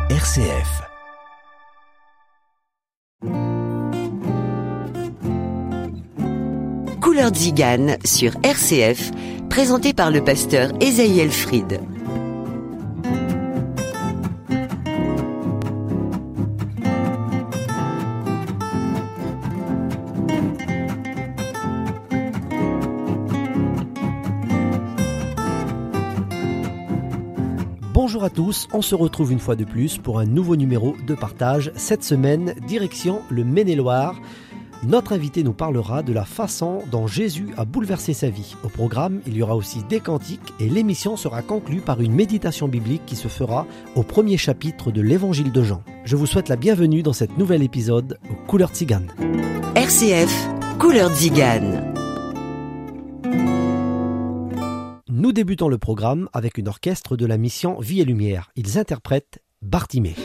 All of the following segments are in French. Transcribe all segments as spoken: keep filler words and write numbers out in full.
R C F. Couleur Tzigane sur R C F, présenté par le pasteur Esaïe Elfried. Bonjour à tous, on se retrouve une fois de plus pour un nouveau numéro de partage. Cette semaine, direction le Maine-et-Loire. Notre invité nous parlera de la façon dont Jésus a bouleversé sa vie. Au programme, il y aura aussi des cantiques et l'émission sera conclue par une méditation biblique qui se fera au premier chapitre de l'Évangile de Jean. Je vous souhaite la bienvenue dans cet nouvel épisode aux Couleurs Tzigane. R C F, Couleur Tzigane. Nous débutons le programme avec une orchestre de la mission Vie et Lumière. Ils interprètent Bartimée.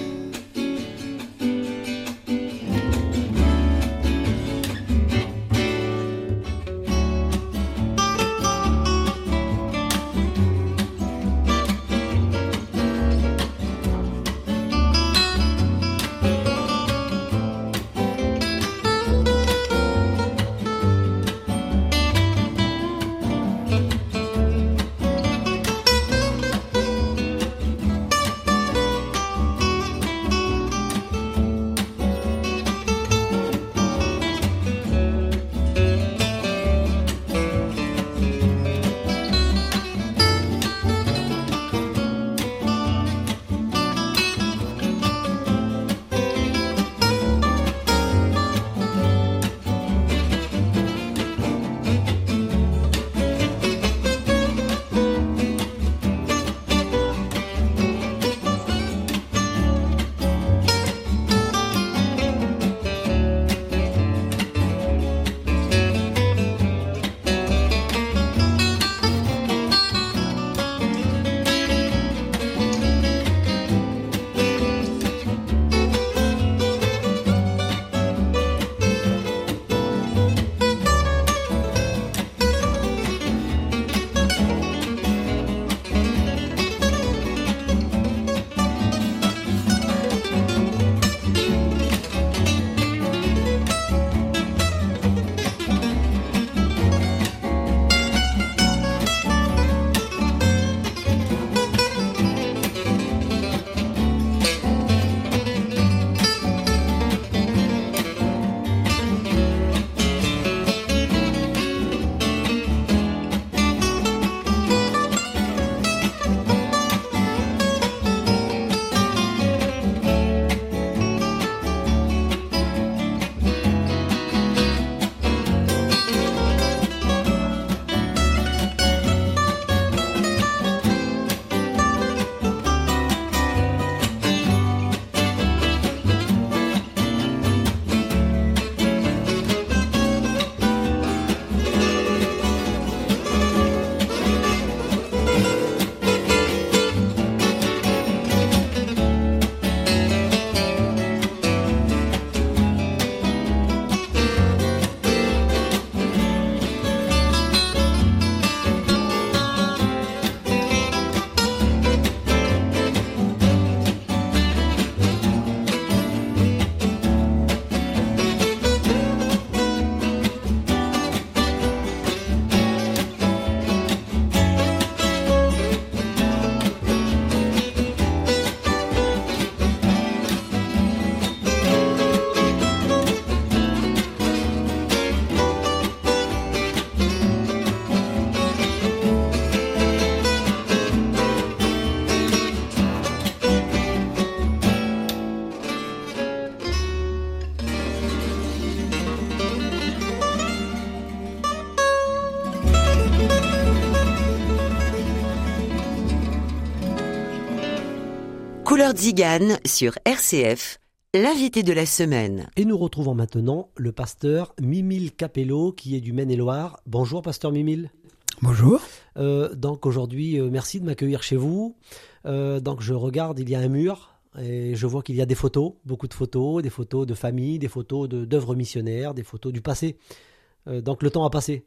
Couleur Tzigane sur R C F, l'invité de la semaine. Et nous retrouvons maintenant le pasteur Mimile Capello qui est du Maine-et-Loire. Bonjour pasteur Mimile. Bonjour. Euh, donc aujourd'hui, euh, merci de m'accueillir chez vous. Euh, donc je regarde, il y a un mur et je vois qu'il y a des photos, beaucoup de photos, des photos de famille, des photos de, d'œuvres missionnaires, des photos du passé. Euh, donc le temps a passé.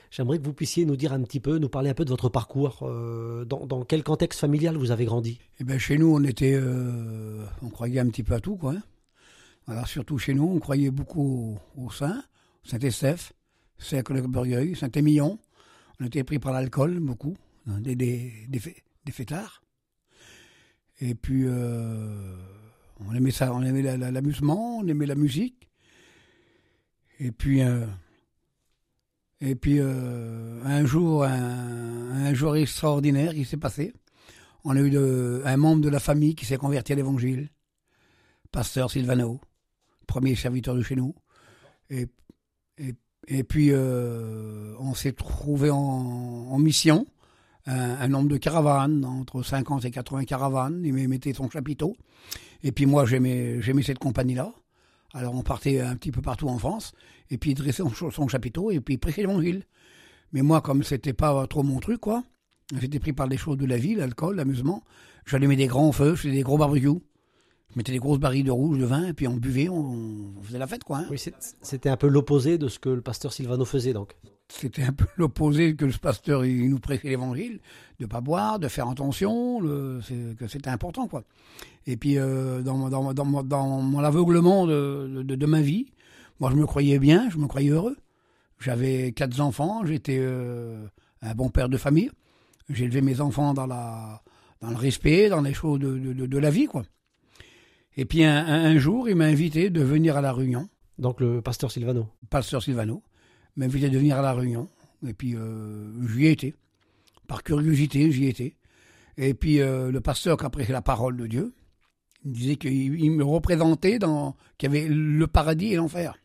J'aimerais que vous puissiez nous dire un petit peu, nous parler un peu de votre parcours. Euh, dans, dans quel contexte familial vous avez grandi? Eh ben, chez nous, on était, euh, on croyait un petit peu à tout, quoi. Alors, surtout chez nous, on croyait beaucoup au, au Saint, Saint-Estèphe, Saint-Colbergueil, Saint-Émillon. On était pris par l'alcool, beaucoup, des, des, des, des fêtards. Et puis, euh, on aimait ça, on aimait la, la, l'amusement, on aimait la musique. Et puis, euh, et puis euh, un jour, un, un jour extraordinaire qui s'est passé. On a eu de, un membre de la famille qui s'est converti à l'évangile, pasteur Silvano, premier serviteur de chez nous. Et, et, et puis, euh, on s'est trouvé en, en mission, un, un nombre de caravanes, entre cinquante et quatre-vingts caravanes. Il mettait son chapiteau. Et puis moi, j'aimais, j'aimais cette compagnie-là. Alors on partait un petit peu partout en France, et puis il dressait son, son chapiteau, et puis il prêchait l'évangile. Mais moi, comme c'était pas trop mon truc, quoi, j'étais pris par les choses de la vie, l'alcool, l'amusement. J'allumais des grands feux, je faisais des gros barbecues. Je mettais des grosses barils de rouge, de vin, et puis on buvait, on, on faisait la fête, quoi. Hein. Oui, c'était un peu l'opposé de ce que le pasteur Silvano faisait, donc. C'était un peu l'opposé que le pasteur, il nous prêchait l'évangile, de pas boire, de faire attention, le, c'est, que c'était important, quoi. Et puis, euh, dans, dans, dans, dans mon aveuglement de, de, de ma vie, moi, je me croyais bien, je me croyais heureux. J'avais quatre enfants, j'étais euh, un bon père de famille. J'ai élevé mes enfants dans, la, dans le respect, dans les choses de, de, de la vie, quoi. Et puis, un, un jour, il m'a invité de venir à la Réunion. Donc, le pasteur Silvano. Pasteur Silvano m'a invité de venir à la Réunion. Et puis, euh, j'y ai été. Par curiosité, j'y ai été. Et puis, euh, le pasteur qui a prêché la parole de Dieu, il disait qu'il il me représentait dans, qu'il y avait le paradis et l'enfer.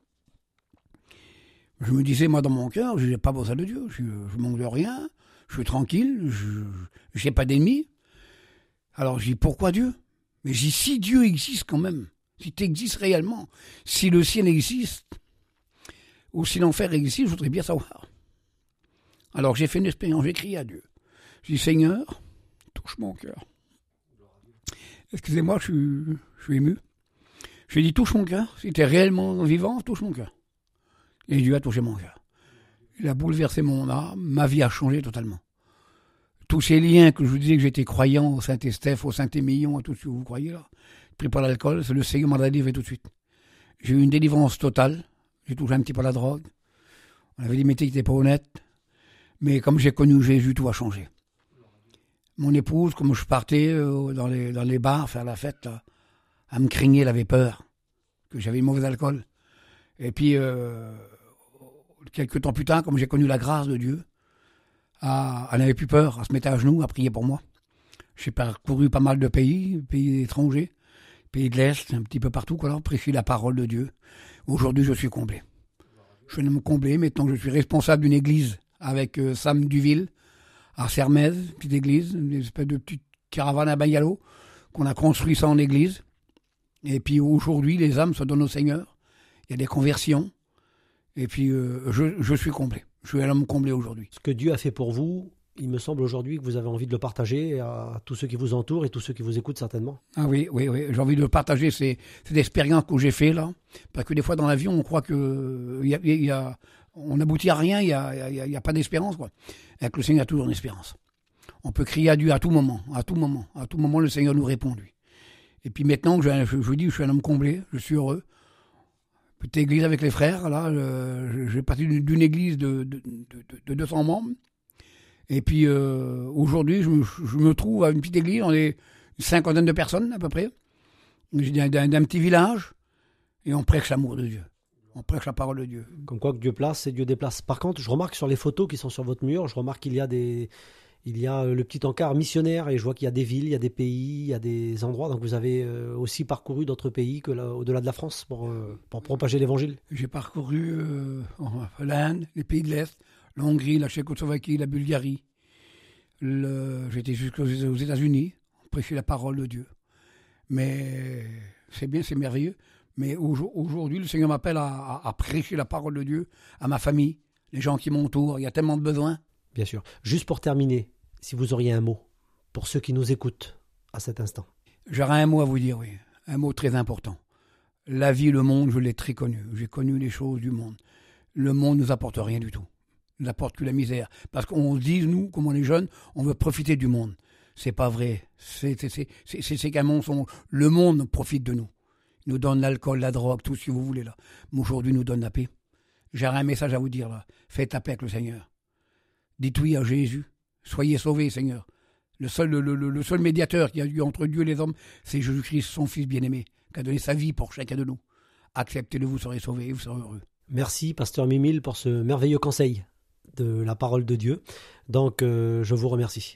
Je me disais, moi, dans mon cœur, je n'ai pas besoin de Dieu. Je ne manque de rien. Je suis tranquille. Je n'ai pas d'ennemis. Alors, je dis, pourquoi Dieu? Mais je dis, si Dieu existe quand même, si tu existes réellement, si le ciel existe, ou si l'enfer existe, je voudrais bien savoir. Alors, j'ai fait une expérience, j'ai crié à Dieu. Je dis, Seigneur, touche mon cœur. Excusez-moi, je suis, je suis ému. Je lui ai dit, touche mon cœur. Si tu es réellement vivant, touche mon cœur. Et Dieu a touché mon cœur. Il a bouleversé mon âme. Ma vie a changé totalement. Tous ces liens que je vous disais que j'étais croyant au Saint-Estèphe, au Saint-Émillon, à tout ce que vous croyez là, pris par l'alcool, c'est le Seigneur m'a délivré tout de suite. J'ai eu une délivrance totale. J'ai touché un petit peu à la drogue. On avait dit, mais t'étais pas honnête. Mais comme j'ai connu Jésus, tout a changé. Mon épouse, comme je partais euh, dans, les, dans les bars faire la fête, là, elle me craignait, elle avait peur, que j'avais une mauvaise alcool. Et puis, euh, quelques temps plus tard, comme j'ai connu la grâce de Dieu, à, elle n'avait plus peur, elle se mettait à genoux, à prier pour moi. J'ai parcouru pas mal de pays, pays étrangers, pays de l'Est, un petit peu partout, quoi, prêcher la parole de Dieu. Aujourd'hui, je suis comblé. Je viens de me combler, maintenant je suis responsable d'une église avec euh, Sam Duville, à Sermez, petite église, une espèce de petite caravane à bungalow, qu'on a construit ça en église. Et puis aujourd'hui, les âmes se donnent au Seigneur. Il y a des conversions. Et puis euh, je, je suis comblé. Je suis un homme comblé aujourd'hui. Ce que Dieu a fait pour vous, il me semble aujourd'hui que vous avez envie de le partager à tous ceux qui vous entourent et tous ceux qui vous écoutent certainement. Ah oui, oui, oui. J'ai envie de partager ces, ces expériences que j'ai faites là. Parce que des fois dans la vie, on croit que y a, y a, on n'aboutit à rien, il n'y a, y a, y a pas d'espérance, quoi. Avec le Seigneur, il y a toujours une espérance. On peut crier à Dieu à tout moment, à tout moment. À tout moment, le Seigneur nous répond, lui. Et puis maintenant que je, je, je dis que je suis un homme comblé, je suis heureux. Petite église avec les frères, là, je, j'ai parti d'une, d'une église de, de, de, de deux cents membres. Et puis euh, aujourd'hui, je me, je me trouve à une petite église, on est une cinquantaine de personnes à peu près, d'un, d'un, d'un petit village, et on prêche l'amour de Dieu. On prêche la parole de Dieu. Comme quoi que Dieu place et Dieu déplace. Par contre, je remarque sur les photos qui sont sur votre mur, je remarque qu'il y a des, il y a le petit encart missionnaire et je vois qu'il y a des villes, il y a des pays, il y a des endroits. Donc vous avez aussi parcouru d'autres pays que là, au-delà de la France pour, pour propager l'évangile. J'ai parcouru euh, l'Inde, les pays de l'Est, la Hongrie, la Tchécoslovaquie, la Bulgarie. Le, j'étais jusqu'aux États-Unis, prêcher la parole de Dieu. Mais c'est bien, c'est merveilleux. Mais aujourd'hui, le Seigneur m'appelle à, à, à prêcher la parole de Dieu à ma famille, les gens qui m'entourent. Il y a tellement de besoins. Bien sûr. Juste pour terminer, si vous auriez un mot pour ceux qui nous écoutent à cet instant. J'aurais un mot à vous dire, oui. Un mot très important. La vie, le monde, je l'ai très connu. J'ai connu les choses du monde. Le monde ne nous apporte rien du tout. nous apporte que la misère. Parce qu'on se dit, nous, comme on est jeunes, on veut profiter du monde. C'est pas vrai. C'est, c'est, c'est, c'est, c'est, c'est qu'un mensonge. Le monde profite de nous. Il nous donne l'alcool, la drogue, tout ce que vous voulez là. Mais aujourd'hui, il nous donne la paix. J'ai un message à vous dire là. Faites la paix avec le Seigneur. Dites oui à Jésus. Soyez sauvés, Seigneur. Le seul, le, le, le seul médiateur qu'il y a eu entre Dieu et les hommes, c'est Jésus-Christ, son Fils bien-aimé, qui a donné sa vie pour chacun de nous. Acceptez-le, vous serez sauvés et vous serez heureux. Merci, pasteur Mimile, pour ce merveilleux conseil de la parole de Dieu. Donc, euh, je vous remercie.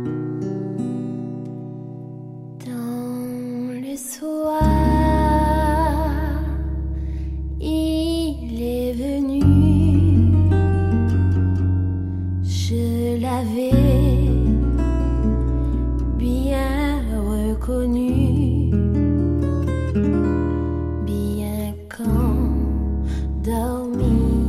Dans le soir, il est venu, je l'avais bien reconnu, bien qu'endormi,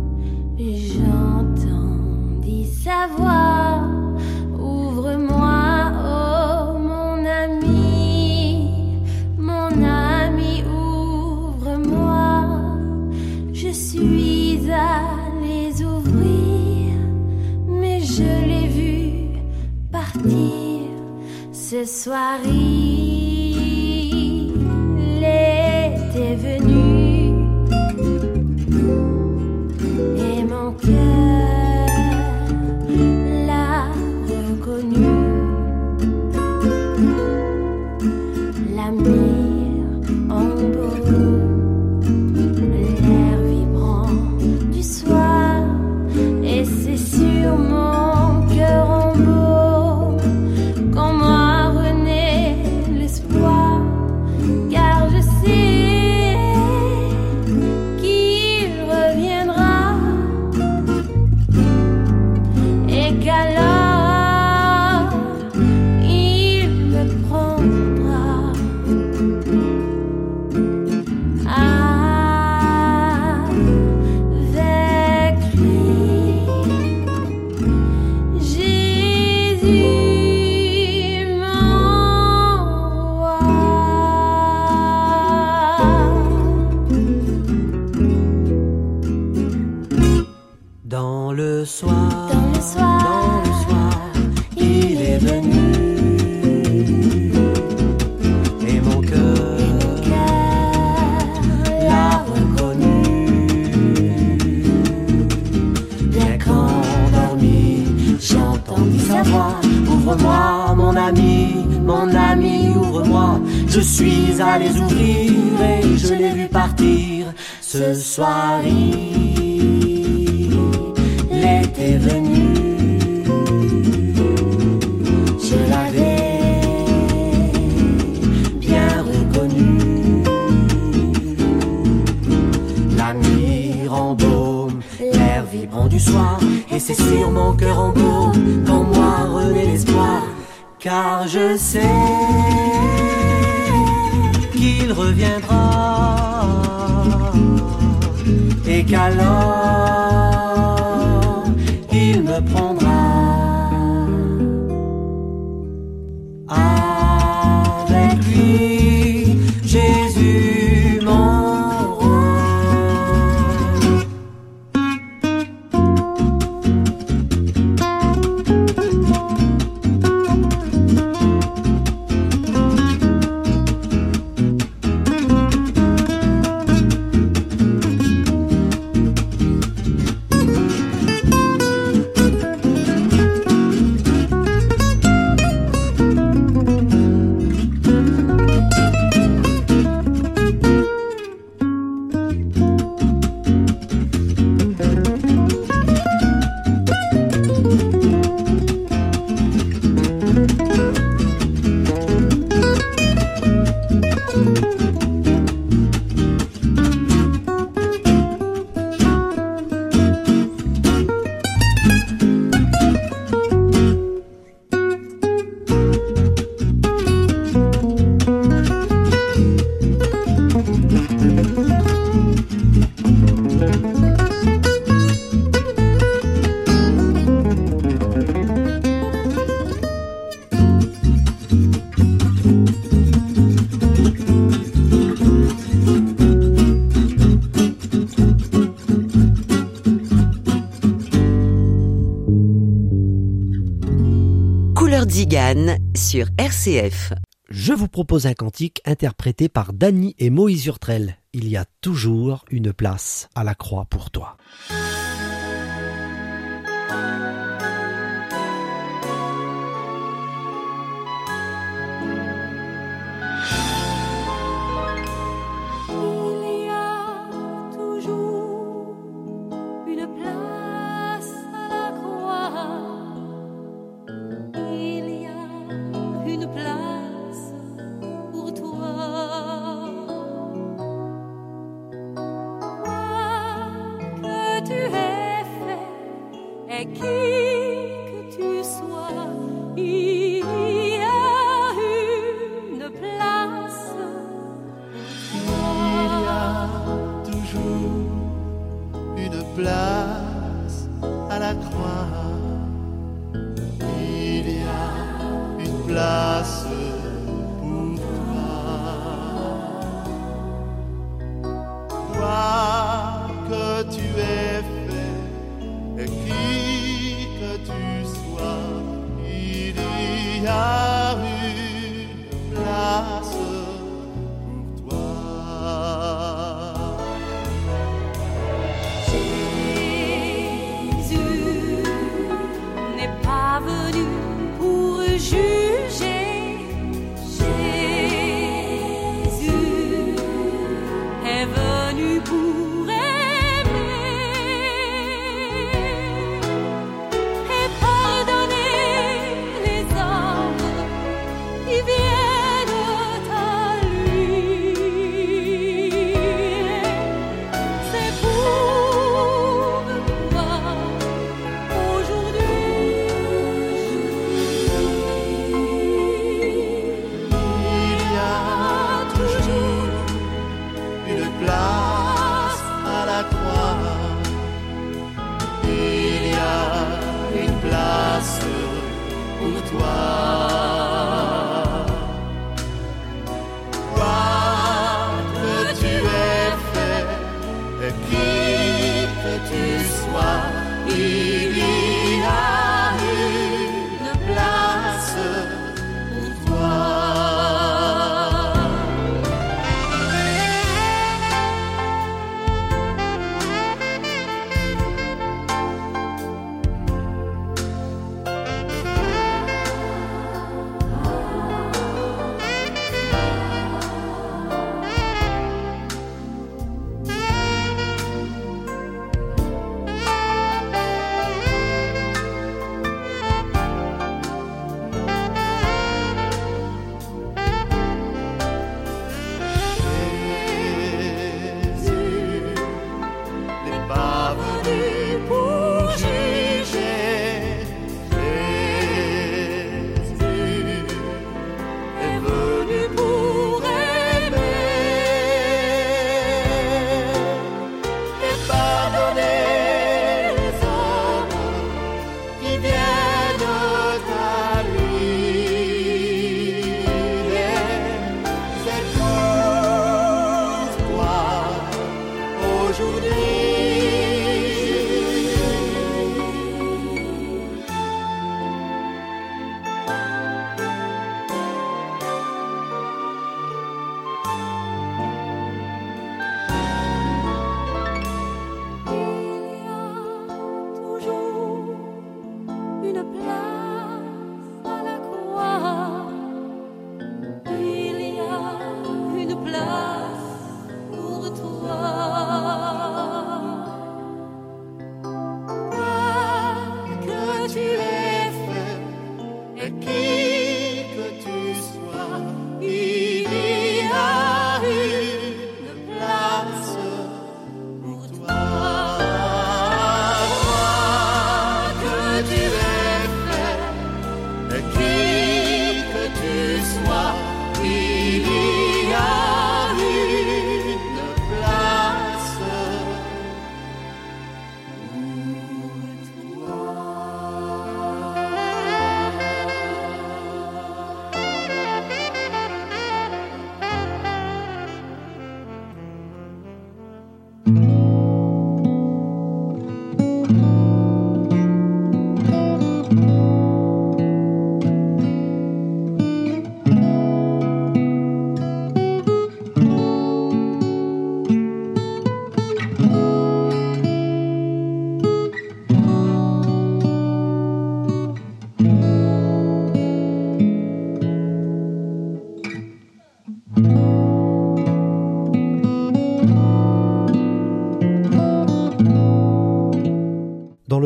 j'entendis sa voix. Ouvre-moi, oh mon ami, mon ami, ouvre-moi. Je suis allée ouvrir, mais je l'ai vu partir. Ce soir, il était venu et mon cœur l'a reconnu. La mire en beau, l'air vibrant du soir, et c'est sur mon cœur en beau qu'en moi renaît l'espoir, car je sais qu'il reviendra et qu'alors il me prendra avec lui. Jésus, mon roi. Dans le soir, Dans le soir, dans le soir, il est venu. Et mon cœur mon cœur l'a reconnu. Bien qu'endormi, j'entendis sa voix. Ouvre-moi, mon ami, mon ami, ouvre-moi. Je suis allé ouvrir et je l'ai vu partir. Ce soir, il était venu. Je l'avais bien reconnu. La mire en baume, l'air vibrant du soir, et c'est sur mon cœur en baume qu'en moi renaît l'espoir, car je sais qu'il reviendra et qu'alors il me prendra avec lui. Jésus, mon roi. Cannes sur R C F. Je vous propose un cantique interprété par Dany et Moïse Urtrel. Il y a toujours une place à la croix pour toi. Tu es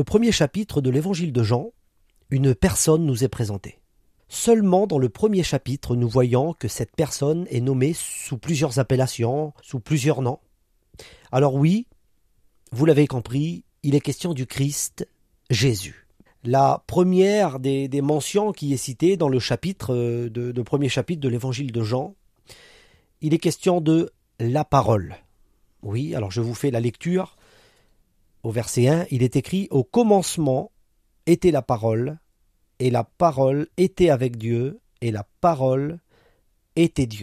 premier chapitre de l'évangile de Jean, une personne nous est présentée. Seulement dans le premier chapitre, nous voyons que cette personne est nommée sous plusieurs appellations, sous plusieurs noms. Alors oui, vous l'avez compris, il est question du Christ, Jésus. La première des, des mentions qui est citée dans le chapitre, de, de premier chapitre de l'évangile de Jean, il est question de la parole. Oui, alors je vous fais la lecture. Au verset un, il est écrit « Au commencement était la parole, et la parole était avec Dieu, et la parole était Dieu. »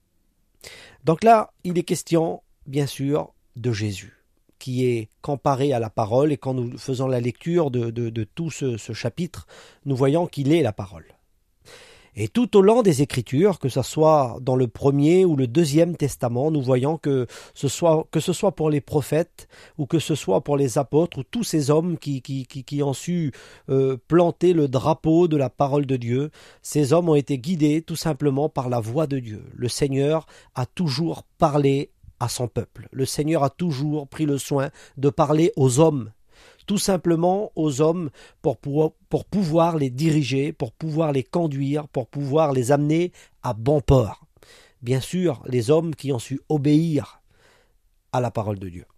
Donc là, il est question, bien sûr, de Jésus, qui est comparé à la parole, et quand nous faisons la lecture de, de, de tout ce, ce chapitre, nous voyons qu'il est la parole. Et tout au long des Écritures, que ce soit dans le premier ou le deuxième testament, nous voyons que ce soit, que ce soit pour les prophètes ou que ce soit pour les apôtres ou tous ces hommes qui, qui, qui, qui ont su euh, planter le drapeau de la parole de Dieu, ces hommes ont été guidés tout simplement par la voix de Dieu. Le Seigneur a toujours parlé à son peuple. Le Seigneur a toujours pris le soin de parler aux hommes. Tout simplement aux hommes pour pouvoir, pour pouvoir les diriger, pour pouvoir les conduire, pour pouvoir les amener à bon port. Bien sûr, les hommes qui ont su obéir à la parole de Dieu.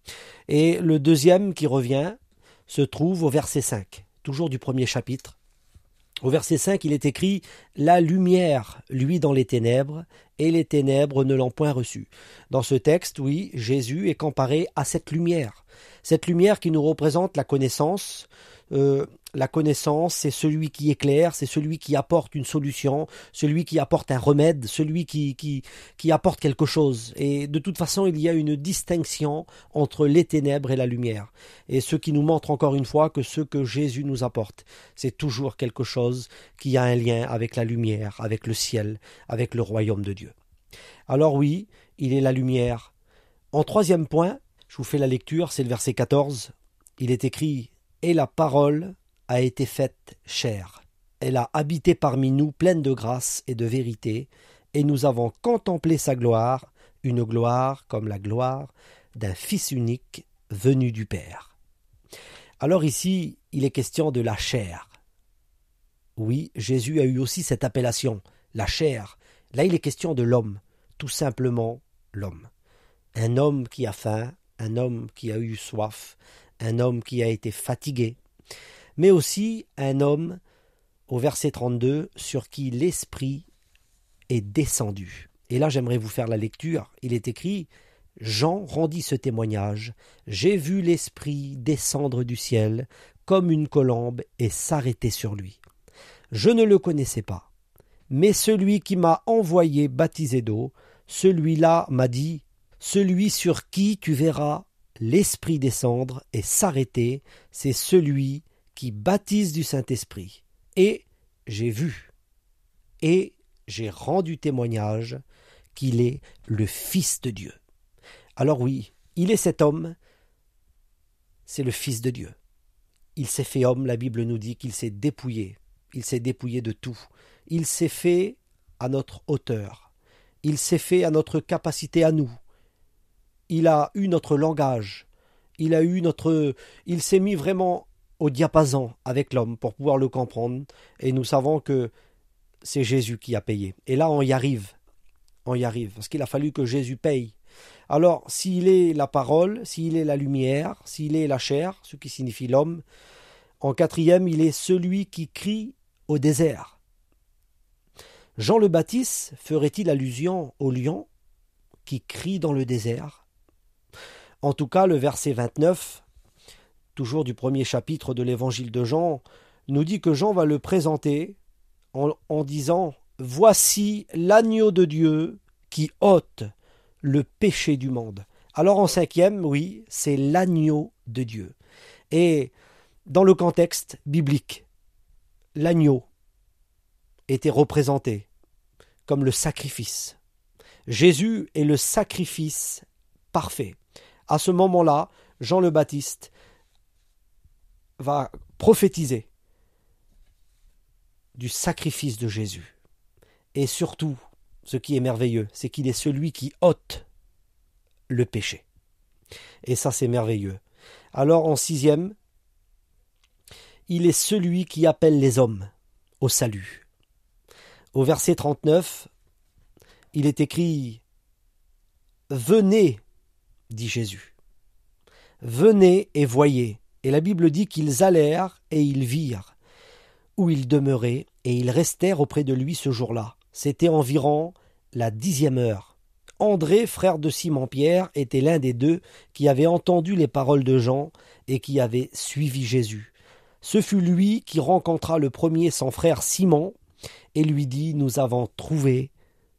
Et le deuxième qui revient se trouve au verset cinq, toujours du premier chapitre. Au verset cinq, il est écrit « La lumière luit dans les ténèbres, et les ténèbres ne l'ont point reçue. » Dans ce texte, oui, Jésus est comparé à cette lumière. Cette lumière qui nous représente la connaissance. Euh, la connaissance, c'est celui qui éclaire, c'est celui qui apporte une solution, celui qui apporte un remède, celui qui, qui, qui apporte quelque chose. Et de toute façon, il y a une distinction entre les ténèbres et la lumière. Et ce qui nous montre encore une fois que ce que Jésus nous apporte, c'est toujours quelque chose qui a un lien avec la lumière, avec le ciel, avec le royaume de Dieu. Alors oui, il est la lumière. En troisième point, je vous fais la lecture, c'est le verset quatorze. Il est écrit « Et la parole a été faite chair. Elle a habité parmi nous pleine de grâce et de vérité, et nous avons contemplé sa gloire, une gloire comme la gloire d'un Fils unique venu du Père. » Alors ici, il est question de la chair. Oui, Jésus a eu aussi cette appellation, la chair. Là, il est question de l'homme, tout simplement l'homme. Un homme qui a faim, un homme qui a eu soif, un homme qui a été fatigué, mais aussi un homme, au verset trente-deux, sur qui l'Esprit est descendu. Et là, j'aimerais vous faire la lecture. Il est écrit « Jean rendit ce témoignage. J'ai vu l'Esprit descendre du ciel comme une colombe et s'arrêter sur lui. Je ne le connaissais pas, mais celui qui m'a envoyé baptiser d'eau, celui-là m'a dit « Celui sur qui tu verras l'Esprit descendre et s'arrêter, c'est celui qui baptise du Saint-Esprit. Et j'ai vu, et j'ai rendu témoignage qu'il est le Fils de Dieu. » Alors oui, il est cet homme, c'est le Fils de Dieu. Il s'est fait homme, la Bible nous dit qu'il s'est dépouillé. Il s'est dépouillé de tout. Il s'est fait à notre hauteur. Il s'est fait à notre capacité à nous. Il a eu notre langage. Il a eu notre, il s'est mis vraiment au diapason avec l'homme pour pouvoir le comprendre. Et nous savons que c'est Jésus qui a payé. Et là, on y arrive. On y arrive. Parce qu'il a fallu que Jésus paye. Alors, s'il est la parole, s'il est la lumière, s'il est la chair, ce qui signifie l'homme, en quatrième, il est celui qui crie au désert. Jean le Baptiste ferait-il allusion au lion qui crie dans le désert? En tout cas, le verset vingt-neuf, toujours du premier chapitre de l'évangile de Jean, nous dit que Jean va le présenter en, en disant « Voici l'agneau de Dieu qui ôte le péché du monde. » Alors en cinquième, oui, c'est l'agneau de Dieu. Et dans le contexte biblique, l'agneau était représenté comme le sacrifice. Jésus est le sacrifice parfait. À ce moment-là, Jean le Baptiste va prophétiser du sacrifice de Jésus. Et surtout, ce qui est merveilleux, c'est qu'il est celui qui ôte le péché. Et ça, c'est merveilleux. Alors, en sixième, il est celui qui appelle les hommes au salut. Au verset trente-neuf, il est écrit « Venez », dit Jésus. « Venez et voyez ». Et la Bible dit qu'ils allèrent et ils virent où ils demeuraient, et ils restèrent auprès de lui ce jour-là. C'était environ la dixième heure. André, frère de Simon-Pierre, était l'un des deux qui avait entendu les paroles de Jean et qui avait suivi Jésus. Ce fut lui qui rencontra le premier son frère Simon et lui dit « Nous avons trouvé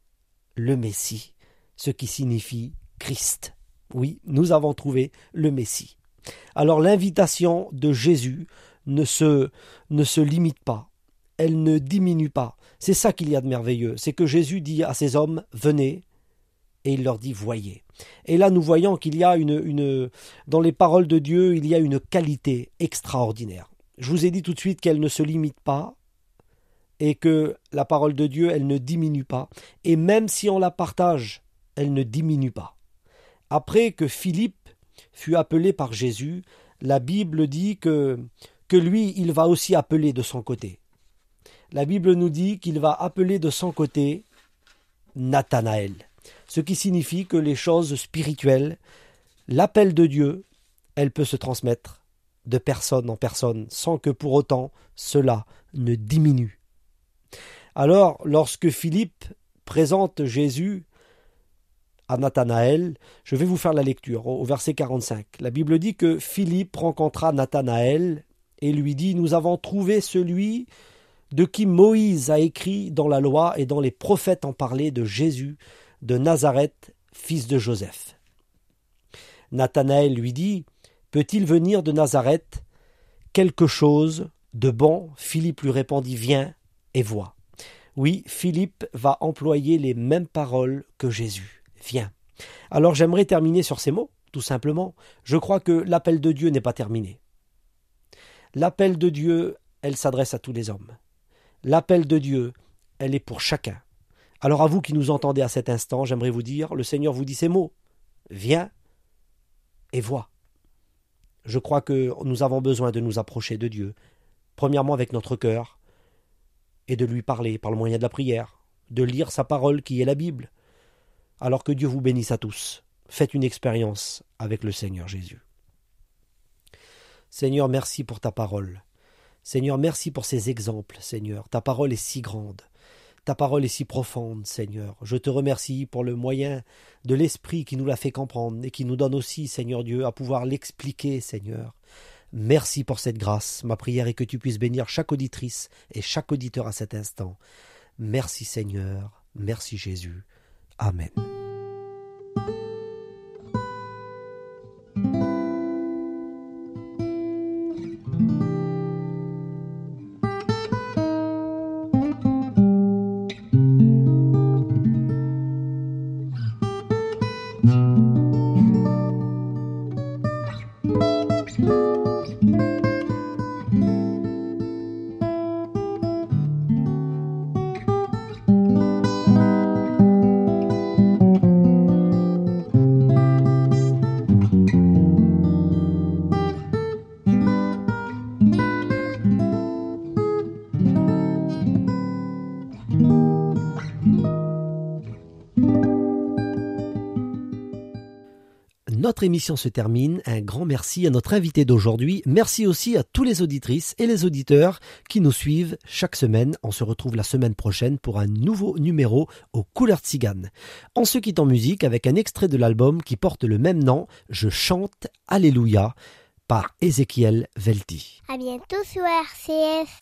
le Messie », ce qui signifie Christ. Oui, nous avons trouvé le Messie. Alors l'invitation de Jésus ne se, ne se limite pas, elle ne diminue pas. C'est ça qu'il y a de merveilleux, c'est que Jésus dit à ces hommes « Venez » et il leur dit « Voyez ». Et là nous voyons qu'il y a une, une, dans les paroles de Dieu, il y a une qualité extraordinaire. Je vous ai dit tout de suite qu'elle ne se limite pas et que la parole de Dieu, elle ne diminue pas. Et même si on la partage, elle ne diminue pas. Après que Philippe fut appelé par Jésus, la Bible dit que, que lui, il va aussi appeler de son côté. La Bible nous dit qu'il va appeler de son côté Nathanaël, ce qui signifie que les choses spirituelles, l'appel de Dieu, elle peut se transmettre de personne en personne, sans que pour autant cela ne diminue. Alors, lorsque Philippe présente Jésus à Nathanaël, je vais vous faire la lecture au verset quarante-cinq. La Bible dit que Philippe rencontra Nathanaël et lui dit « Nous avons trouvé celui de qui Moïse a écrit dans la loi et dont les prophètes ont parlé, de Jésus de Nazareth, fils de Joseph. » Nathanaël lui dit « Peut-il venir de Nazareth quelque chose de bon ?» Philippe lui répondit « Viens et vois. » Oui, Philippe va employer les mêmes paroles que Jésus. Viens. Alors j'aimerais terminer sur ces mots, tout simplement. Je crois que l'appel de Dieu n'est pas terminé. L'appel de Dieu, elle s'adresse à tous les hommes. L'appel de Dieu, elle est pour chacun. Alors à vous qui nous entendez à cet instant, j'aimerais vous dire, le Seigneur vous dit ces mots. Viens et vois. Je crois que nous avons besoin de nous approcher de Dieu, premièrement avec notre cœur, et de lui parler par le moyen de la prière, de lire sa parole qui est la Bible. Alors que Dieu vous bénisse à tous. Faites une expérience avec le Seigneur Jésus. Seigneur, merci pour ta parole. Seigneur, merci pour ces exemples, Seigneur. Ta parole est si grande. Ta parole est si profonde, Seigneur. Je te remercie pour le moyen de l'Esprit qui nous l'a fait comprendre et qui nous donne aussi, Seigneur Dieu, à pouvoir l'expliquer, Seigneur. Merci pour cette grâce. Ma prière est que tu puisses bénir chaque auditrice et chaque auditeur à cet instant. Merci, Seigneur. Merci, Jésus. Amen. Notre émission se termine. Un grand merci à notre invité d'aujourd'hui. Merci aussi à tous les auditrices et les auditeurs qui nous suivent chaque semaine. On se retrouve la semaine prochaine pour un nouveau numéro aux couleurs tziganes. On se quitte en musique avec un extrait de l'album qui porte le même nom, Je chante Alléluia, par Ézéchiel Velti. À bientôt sur R C F.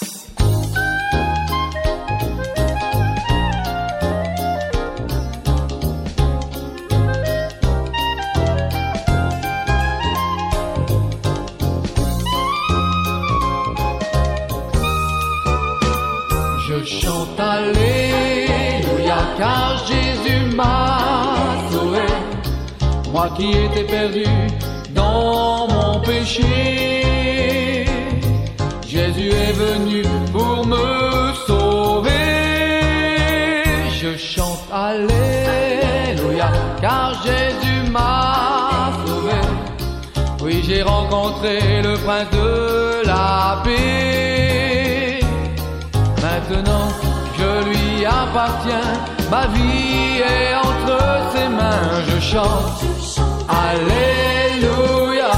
Je chante Alléluia car Jésus m'a sauvé, moi qui étais perdu dans mon péché. Jésus est venu pour me sauver. Je chante Alléluia car Jésus m'a sauvé. Oui, j'ai rencontré le prince de la paix. Maintenant, je lui appartiens. Ma vie est entre ses mains. Je chante, Alléluia.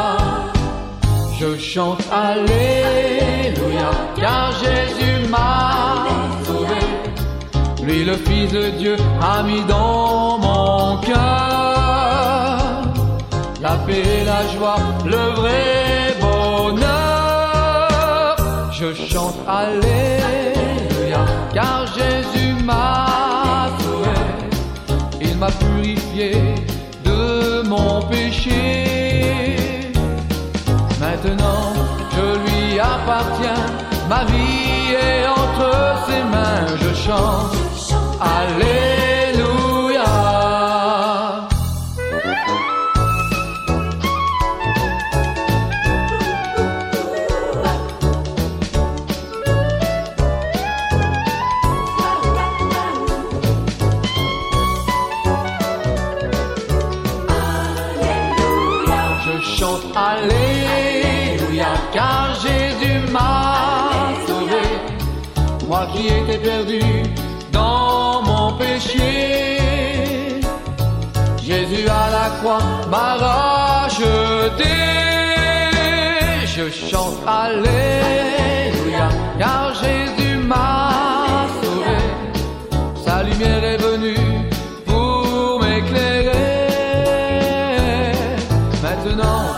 Je chante, Alléluia. Car Jésus m'a sauvé. Lui, le Fils de Dieu, a mis dans mon cœur la paix et la joie, le vrai bonheur. Je chante Alléluia, car Jésus m'a sauvé. Il m'a purifié de mon péché. Maintenant, je lui appartiens. Ma vie est entre ses mains. Je chante Alléluia. Je chante Alléluia, car Jésus m'a sauvé. Moi qui étais perdu dans mon péché, Jésus à la croix m'a racheté. Je chante Alléluia, car Jésus m'a sauvé. Sa lumière est venue pour m'éclairer. Maintenant